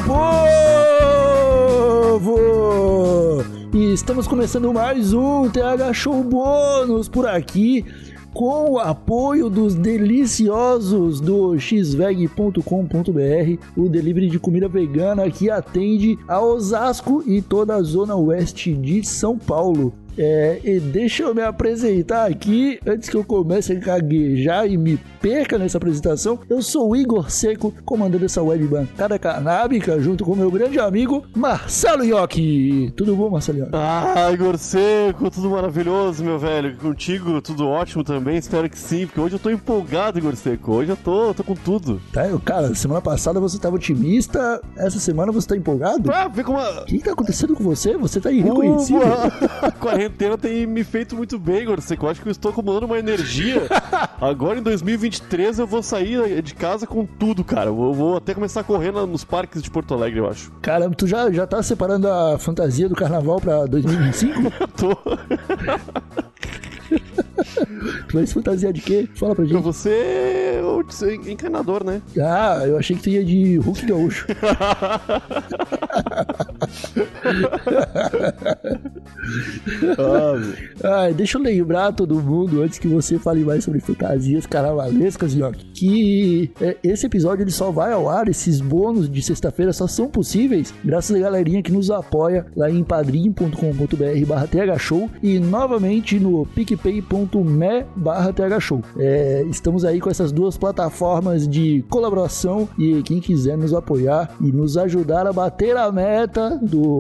povo! E estamos começando mais um TH Show Bônus por aqui, com o apoio dos deliciosos do xveg.com.br, o delivery de comida vegana que atende a Osasco e toda a zona oeste de São Paulo. E deixa eu me apresentar aqui, antes que eu comece a gaguejar e me perca nessa apresentação. Eu sou o Igor Seco, comandando essa web bancada canábica, junto com meu grande amigo Marcelo Iocchi. Tudo bom, Marcelo Iocchi? Igor Seco, tudo maravilhoso, meu velho. Contigo, tudo ótimo também, espero que sim, porque hoje eu tô empolgado, Igor Seco. Hoje eu tô com tudo. Cara, semana passada você tava otimista, essa semana você tá empolgado? Vê como... O que tá acontecendo com você? Você tá irreconhecível. A quarentena tem me feito muito bem, Igor Seco. Eu acho que eu estou acumulando uma energia. Agora em 2023 eu vou sair de casa com tudo, cara. Eu vou até começar a correr nos parques de Porto Alegre, eu acho. Caramba, tu já tá separando a fantasia do carnaval pra 2025? Tô. Tu vai se fantasiar de quê? Fala pra gente. Eu vou ser encanador, né? Ah, eu achei que tu ia de Hulk Gaúcho. Deixa eu lembrar a todo mundo, antes que você fale mais sobre fantasias carnavalescas, Iocchi, que esse episódio ele só vai ao ar, esses bônus de sexta-feira só são possíveis graças à galerinha que nos apoia lá em padrim.com.br/thshow e novamente no picpay.me/thshow. Estamos aí com essas duas plataformas de colaboração e quem quiser nos apoiar e nos ajudar a bater a meta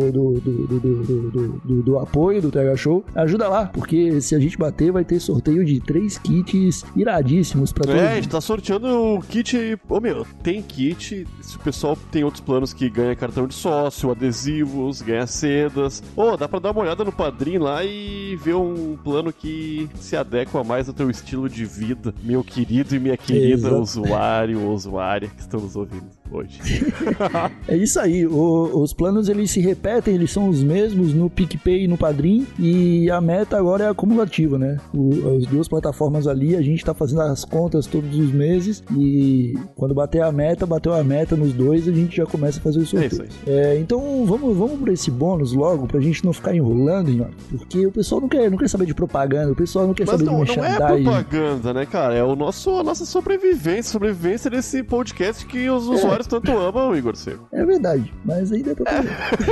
do apoio do TH Show, ajuda lá, porque se a gente bater vai ter sorteio de 3 kits iradíssimos pra todo mundo. A gente tá sorteando o kit. Tem kit, se o pessoal tem outros planos que ganha cartão de sócio, adesivos, ganha sedas. Dá pra dar uma olhada no Padrim lá e ver um plano que se adequa mais ao teu estilo de vida, meu querido e minha querida usuário ou usuária que estão nos ouvindo hoje. É isso aí, os planos eles se repetem, eles são os mesmos no PicPay e no Padrim, e a meta agora é acumulativa, né? As duas plataformas ali, a gente tá fazendo as contas todos os meses e quando bateu a meta nos dois, a gente já começa a fazer o sorteio. Então vamos por esse bônus logo, pra gente não ficar enrolando, porque o pessoal não quer saber de propaganda, o pessoal não quer saber de merchandising. Não é propaganda, né, cara? É a nossa sobrevivência desse podcast que os usuários tanto amam, Igor Seco. É verdade, mas ainda é propaganda.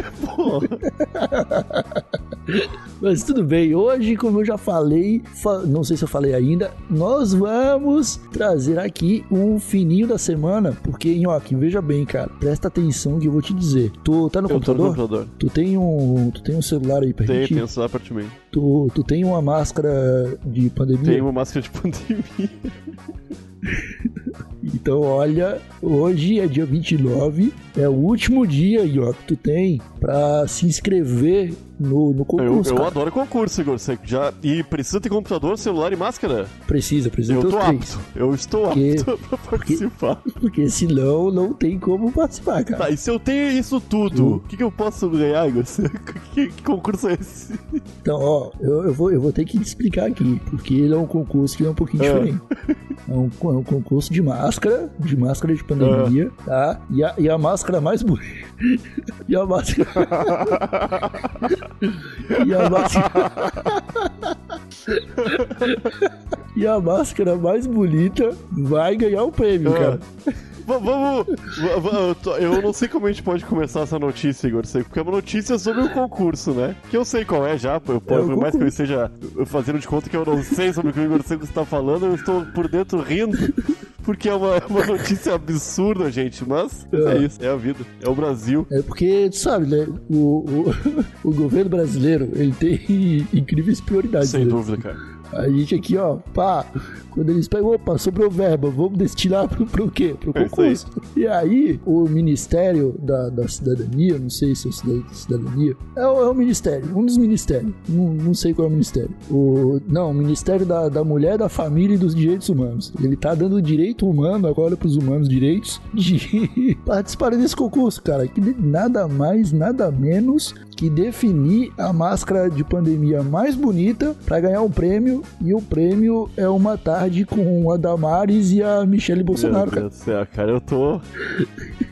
Mas tudo bem, hoje, como eu já falei, não sei se eu falei ainda, nós vamos trazer aqui um fininho da semana, porque, Iocchi, veja bem, cara, presta atenção que eu vou te dizer. Tu tá no computador? Eu tô no computador. Tu tem um celular aí perto de ti? Tenho um celular perto de mim. Tu tem uma máscara de pandemia? Tenho uma máscara de pandemia. Então, olha, hoje é dia 29, é o último dia, Iocchi, que tu tem pra se inscrever no concurso. Eu adoro concurso, Igor Seco. E precisa ter computador, celular e máscara? Precisa eu tô apto. Eu estou apto pra participar. Porque senão não tem como participar, cara. Tá, e se eu tenho isso tudo, o que eu posso ganhar, Igor Seco? Que concurso é esse? Então, eu vou ter que te explicar aqui, porque ele é um concurso que é um pouquinho diferente. É um concurso de máscara de pandemia, tá? E a máscara mais bonita. E a máscara. E a máscara mais bonita vai ganhar o prêmio, cara. Eu não sei como a gente pode começar essa notícia, Igor Seco, porque é uma notícia sobre o concurso, né? Que eu sei qual é já, por mais que eu esteja fazendo de conta que eu não sei sobre o que o Igor Seco está falando, eu estou por dentro rindo, porque é uma notícia absurda, gente, mas é isso, é a vida, é o Brasil. É porque, tu sabe, né, o governo brasileiro, ele tem incríveis prioridades. Sem dúvida, cara. A gente aqui, quando eles pegam, sobrou verba, vamos destinar pro quê? Pro concurso. E aí, o Ministério da Cidadania, não sei se é Cidadania, é o Ministério, um dos ministérios, não sei qual é o ministério. O Ministério da Mulher, da Família e dos Direitos Humanos. Ele tá dando direito humano agora pros humanos direitos de participarem desse concurso, cara, que nada mais, nada menos que definir a máscara de pandemia mais bonita pra ganhar um prêmio, e o prêmio é uma tarde com a Damares e a Michelle Bolsonaro, cara. Meu Deus do céu, cara, eu tô...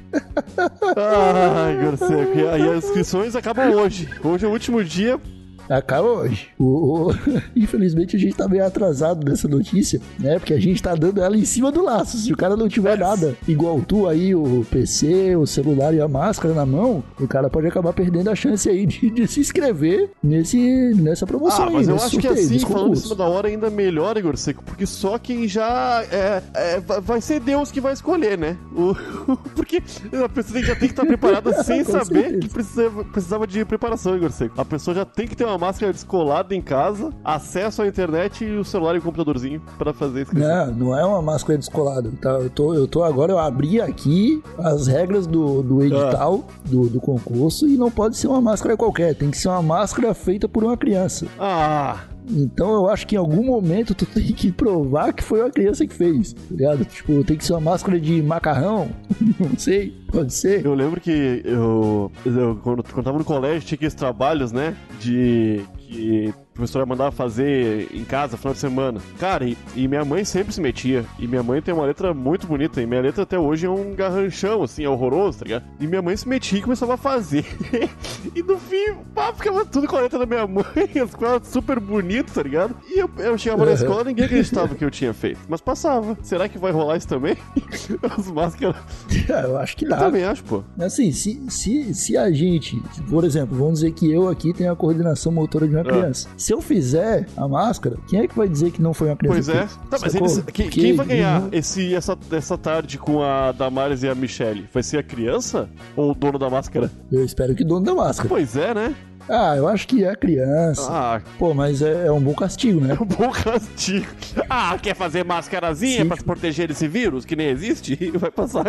Ai, Igor Seco. E aí as inscrições acabam hoje. Hoje é o último dia. Acaba hoje. Infelizmente a gente tá meio atrasado nessa notícia, né? Porque a gente tá dando ela em cima do laço. Se o cara não tiver nada igual tu aí, o PC, o celular e a máscara na mão, o cara pode acabar perdendo a chance aí de se inscrever nessa promoção aí. Mas eu nesse acho que sorteio, assim, nesse falando em concurso. cima da hora, ainda melhor, Igor Seco, porque só quem já vai ser Deus que vai escolher, né? Porque a pessoa já tem que estar preparada sem Com saber certeza. que precisava de preparação, Igor Seco. A pessoa já tem que ter uma máscara descolada em casa, acesso à internet e o celular e o computadorzinho pra fazer isso. Não é uma máscara descolada. Tá? Eu abri aqui as regras do edital do concurso e não pode ser uma máscara qualquer. Tem que ser uma máscara feita por uma criança. Então eu acho que em algum momento tu tem que provar que foi uma criança que fez, tá ligado? Tipo, tem que ser uma máscara de macarrão, não sei, pode ser. Eu lembro que quando tava no colégio tinha aqueles trabalhos, né, que a professora mandava fazer em casa, final de semana. Cara, e minha mãe sempre se metia. E minha mãe tem uma letra muito bonita. E minha letra até hoje é um garranchão, assim, é horroroso, tá ligado? E minha mãe se metia e começava a fazer. E no fim, ficava tudo com a letra da minha mãe. As coisas super bonitas, tá ligado? E eu chegava na escola e ninguém acreditava que eu tinha feito. Mas passava. Será que vai rolar isso também? As máscaras. Eu acho que dá. Eu também acho, pô. Assim, se a gente, por exemplo, vamos dizer que eu aqui tenho a coordenação motora de uma criança. Se eu fizer a máscara, quem é que vai dizer que não foi uma criança? Pois é. Tá, mas quem vai ganhar essa tarde com a Damares e a Michelle? Vai ser a criança ou o dono da máscara? Eu espero que o dono da máscara. Pois é, né? Eu acho que é a criança. Pô, mas é um bom castigo, né? É um bom castigo. Quer fazer máscarazinha pra proteger desse vírus que nem existe? E vai passar.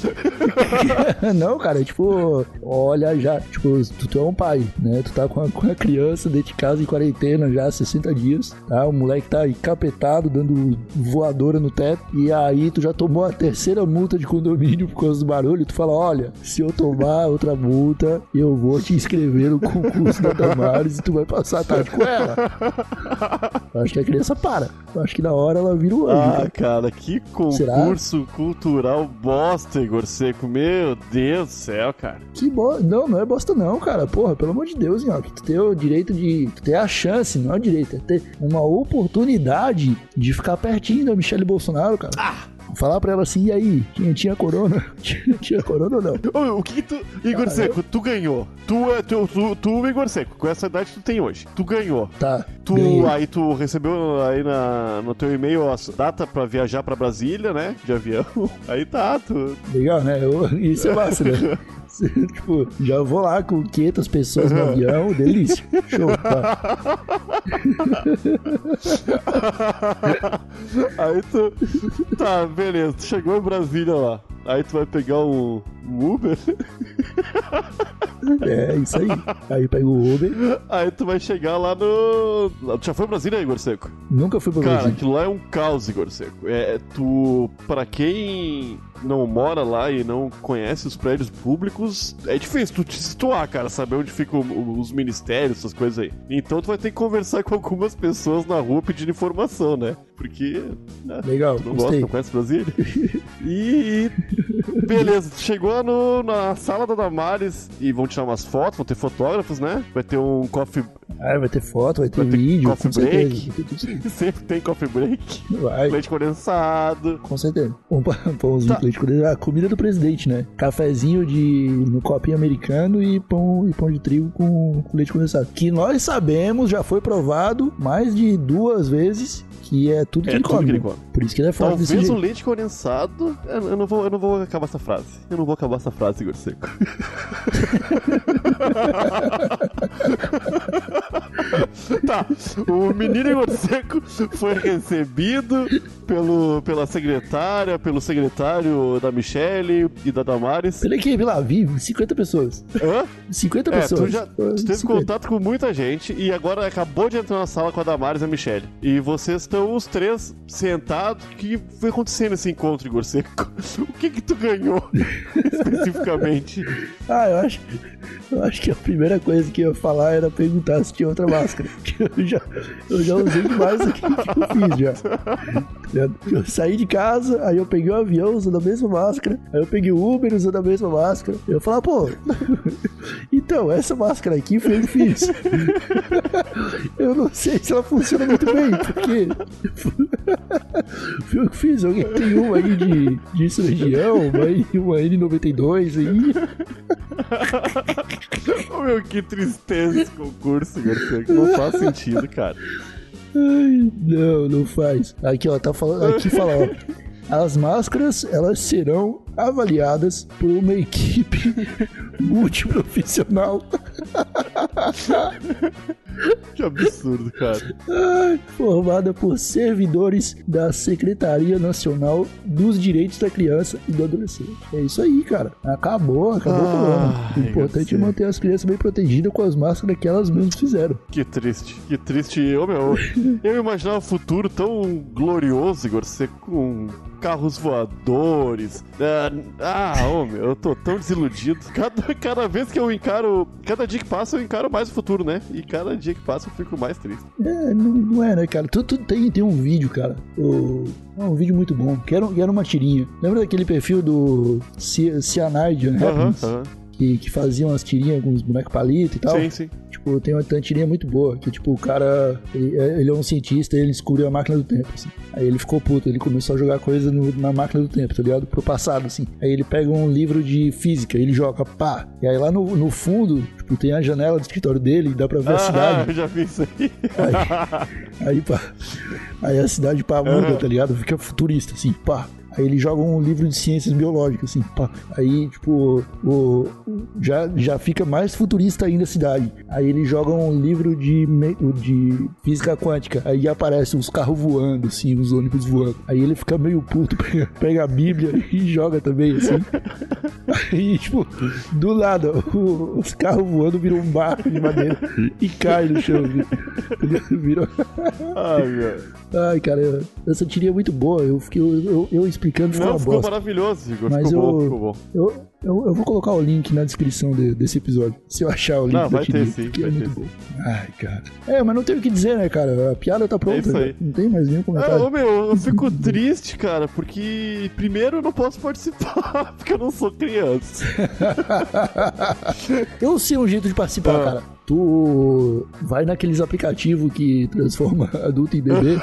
Não, cara, tipo, olha já, tipo, tu é um pai, né? Tu tá com a criança dentro de casa em quarentena já há 60 dias, tá? O moleque tá encapetado, dando voadora no teto, e aí tu já tomou a terceira multa de condomínio por causa do barulho, tu fala, olha, se eu tomar outra multa, eu vou te inscrever no concurso da Damares e tu vai passar a tarde com ela. Eu acho que a criança para. Eu acho que na hora ela vira o anjo. Cara, que concurso cultural bosta, Igor Seco. Meu Deus do céu, cara. Que bosta. Não é bosta não, cara. Porra, pelo amor de Deus, Nhoque. Tu tem o direito de... Tu tem a chance, não é o direito. É ter uma oportunidade de ficar pertinho da Michelle Bolsonaro, cara. Falar pra ela assim, e aí, tinha corona? Tinha corona ou não? O que tu... Igor Seco, tu ganhou. Tu, Igor Seco, com essa idade que tu tem hoje. Tu ganhou. Tá. Aí tu recebeu aí no teu e-mail a data pra viajar pra Brasília, né? De avião. Aí tá, tu... Legal, né? Isso é massa, né? Tipo, já vou lá com 500 pessoas no avião, delícia. Show, tá. Aí tu... Tá, beleza. Tu chegou em Brasília lá. Aí tu vai pegar um Uber? É, isso aí. Aí pega o Uber. Aí tu vai chegar lá no... Tu já foi pra Brasília, Igor Seco? Nunca fui pra Brasília. Cara, aquilo lá é um caos, Igor Seco. Pra quem não mora lá e não conhece os prédios públicos, é difícil tu te situar, cara, saber onde ficam os ministérios, essas coisas aí. Então tu vai ter que conversar com algumas pessoas na rua pedindo informação, né? Porque... Legal, tu não gosta, não conhece Brasília? E... Beleza, tu chegou na sala da Damares e vão tirar umas fotos, vão ter fotógrafos, né? Vai ter um coffee... vai ter foto, vai ter vídeo, coffee com break. certeza. Sempre tem coffee break. Vai. Leite condensado. Com certeza. Um pãozinho de leite condensado. A comida do presidente, né? Cafezinho no copinho americano e pão de trigo com leite condensado. Que nós sabemos, já foi provado mais de 2 vezes que é tudo que ele come. Por isso que ele é forte desse jeito. Talvez o leite condensado... Eu não vou acabar essa frase. Eu não vou acabar essa frase, Igor Seco. Tá, o menino Igor Seco foi recebido pela secretária, pelo secretário da Michelle e da Damares. Pela equipe lá, vive 50 pessoas. 50 pessoas. Tu teve contato com muita gente e agora acabou de entrar na sala com a Damares e a Michelle. E vocês estão os 3 sentados. O que foi acontecer nesse encontro, Igor Seco? O que tu ganhou, especificamente? Eu acho que a primeira coisa que eu ia falar era perguntar se tinha outra máscara. Eu já usei demais aqui que eu fiz já. Eu saí de casa, aí eu peguei o avião usando a mesma máscara, aí eu peguei o Uber usando a mesma máscara. Eu falava, pô, então, essa máscara aqui foi eu que fiz. Eu não sei se ela funciona muito bem, porque foi eu que fiz. Alguém tem uma aí de cirurgião, uma N92 aí. Oh, meu, que tristeza esse concurso, Garcia, que não faz sentido, cara. Ai, não faz. Aqui, ó, tá falando, aqui fala, ó. As máscaras, elas serão avaliadas por uma equipe multiprofissional. Que absurdo, cara. Formada por servidores da Secretaria Nacional dos Direitos da Criança e do Adolescente. É isso aí, cara. Acabou o problema. O importante é manter as crianças bem protegidas com as máscaras que elas mesmas fizeram. Que triste. Ô, meu. Eu imaginava um futuro tão glorioso, Igor, você com carros voadores. Meu, eu tô tão desiludido. Cada vez que eu encaro, cada dia que passa eu encaro mais o futuro, né? E cada dia que passa eu fico mais triste. Não é, né, cara? Tem um vídeo, cara. Um vídeo muito bom, que era uma tirinha. Lembra daquele perfil do Cyanide Happens? Que faziam as tirinhas com os bonecos palito e tal? Sim. Tipo, tem uma tirinha muito boa, que tipo, o cara, ele é um cientista e ele descobriu a máquina do tempo, assim. Aí ele ficou puto, ele começou a jogar coisa na máquina do tempo, tá ligado? Pro passado, assim. Aí ele pega um livro de física, ele joga, pá. E aí lá no fundo, tipo, tem a janela do escritório dele e dá pra ver a cidade. Eu já vi isso aí. Aí a cidade, pá, muda, tá ligado? Fica futurista, assim, pá. Aí ele joga um livro de ciências biológicas, assim, pá. Aí, tipo, já fica mais futurista ainda a cidade. Aí ele joga um livro de física quântica. Aí aparecem os carros voando, assim, os ônibus voando. Aí ele fica meio puto, pega a Bíblia e joga também, assim. Aí, tipo, do lado, os carros voando viram um barco de madeira e cai no chão. Virou... Ai, cara, essa tirinha é muito boa. Eu explicando ficou uma bosta. Maravilhoso, Igor. Mas ficou bom. Eu vou colocar o link na descrição desse episódio. Se eu achar o link da tirinha, porque é muito bom. Ai, cara. Mas não tem o que dizer, né, cara? A piada tá pronta. É isso aí. Não tem mais nenhum comentário. Eu fico triste, cara, porque primeiro eu não posso participar, porque eu não sou criança. Eu sei um jeito de participar, cara. Tu vai naqueles aplicativos que transforma adulto em bebê.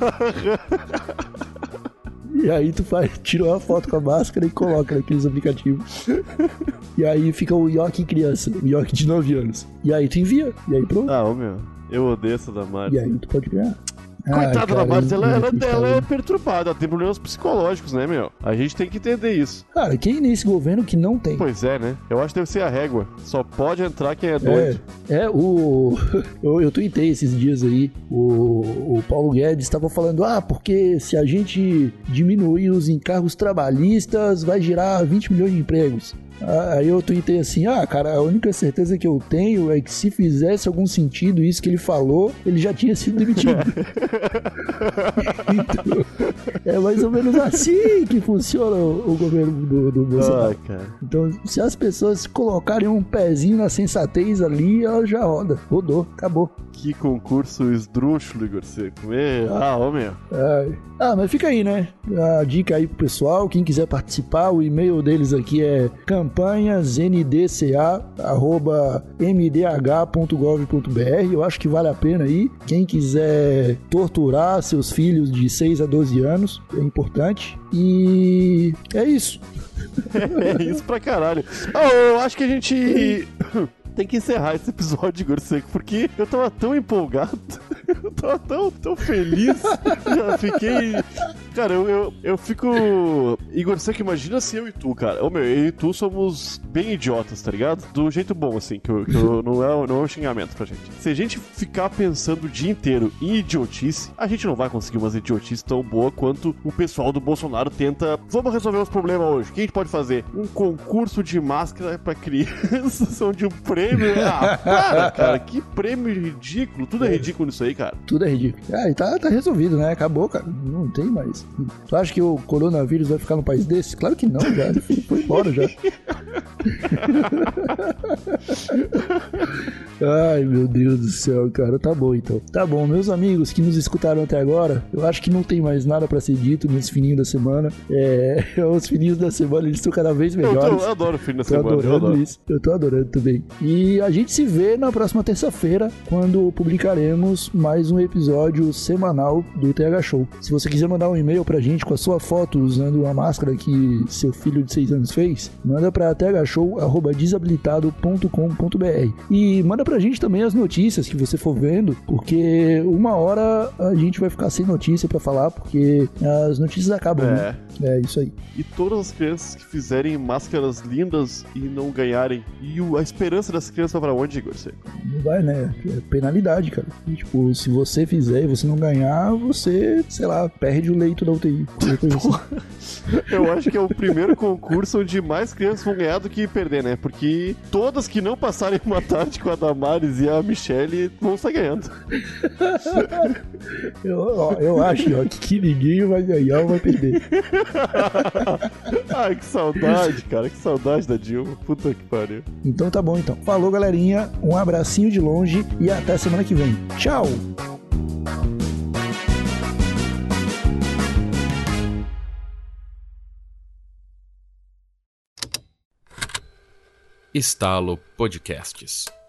E aí tu tira uma foto com a máscara e coloca naqueles aplicativos. E aí fica o Yoki criança, o Yoki de 9 anos. E aí tu envia, e aí pronto. Meu, eu odeio essa da Márcia. E aí tu pode ganhar. Coitada da Márcia, ela é perturbada, ela tem problemas psicológicos, né, meu? A gente tem que entender isso. Cara, quem nesse governo que não tem? Pois é, né? Eu acho que deve ser a régua. Só pode entrar quem é doido. Eu tuitei esses dias aí, o Paulo Guedes estava falando, porque se a gente diminuir os encargos trabalhistas, vai gerar 20 milhões de empregos. Aí eu tuitei assim, cara, a única certeza que eu tenho é que se fizesse algum sentido isso que ele falou, ele já tinha sido demitido. Então, é mais ou menos assim que funciona o governo do Bolsonaro. Cara. Então, se as pessoas colocarem um pezinho na sensatez ali, ela já rodou, acabou. Que concurso esdrúxulo, Igor Seco. Meu. Mas fica aí, né? A dica aí pro pessoal, quem quiser participar, o e-mail deles aqui é campanhasndca@mdh.gov.br. Eu acho que vale a pena aí. Quem quiser torturar seus filhos de 6 a 12 anos, é importante. E é isso. É isso pra caralho. Eu acho que a gente... tem que encerrar esse episódio, Igor Seco, porque eu tava tão empolgado, eu tava tão feliz, já fiquei... Cara, eu fico... Igor Seco, imagina se eu e tu, cara. Eu e tu somos bem idiotas, tá ligado? Do jeito bom, assim, que não é um xingamento pra gente. Se a gente ficar pensando o dia inteiro em idiotice, a gente não vai conseguir umas idiotices tão boas quanto o pessoal do Bolsonaro tenta. Vamos resolver os problemas hoje. O que a gente pode fazer? Um concurso de máscara pra crianças, onde o prêmio... para, cara, que prêmio ridículo. Tudo é ridículo nisso aí, cara. cara. Tudo é ridículo. E tá resolvido, né? Acabou, cara. Não tem mais. Tu acha que o coronavírus vai ficar num país desse? Claro que não, já. Ele foi embora já. Ai, meu Deus do céu, cara. Tá bom, então. Tá bom, meus amigos que nos escutaram até agora, eu acho que não tem mais nada pra ser dito nesse fininho da semana. Os fininhos da semana, eles estão cada vez melhores. Eu adoro o fininho da semana. Tô adorando isso. Eu tô adorando também. E a gente se vê na próxima terça-feira, quando publicaremos mais um episódio semanal do TH Show. Se você quiser mandar um e-mail pra gente com a sua foto usando a máscara que seu filho de 6 anos fez, manda pra thshow@desabilitado.com.br. E manda pra gente também as notícias que você for vendo, porque uma hora a gente vai ficar sem notícia pra falar, porque as notícias acabam, né? É isso aí. E todas as crianças que fizerem máscaras lindas e não ganharem, e a esperança das crianças vai pra onde, Igor? Não vai, né? É penalidade, cara. E, tipo, se você fizer e você não ganhar, você, sei lá, perde o leito da UTI. Eu acho que é o primeiro concurso onde mais crianças vão ganhar do que perder, né? Porque todas que não passarem uma tarde com a Damares e a Michelle vão sair ganhando. Eu acho que ninguém vai ganhar ou vai perder. Ai, que saudade, cara. Que saudade da Dilma. Puta que pariu. Então tá bom, então. Falou, galerinha. Um abracinho de longe e até semana que vem. Tchau! Estalo Podcasts.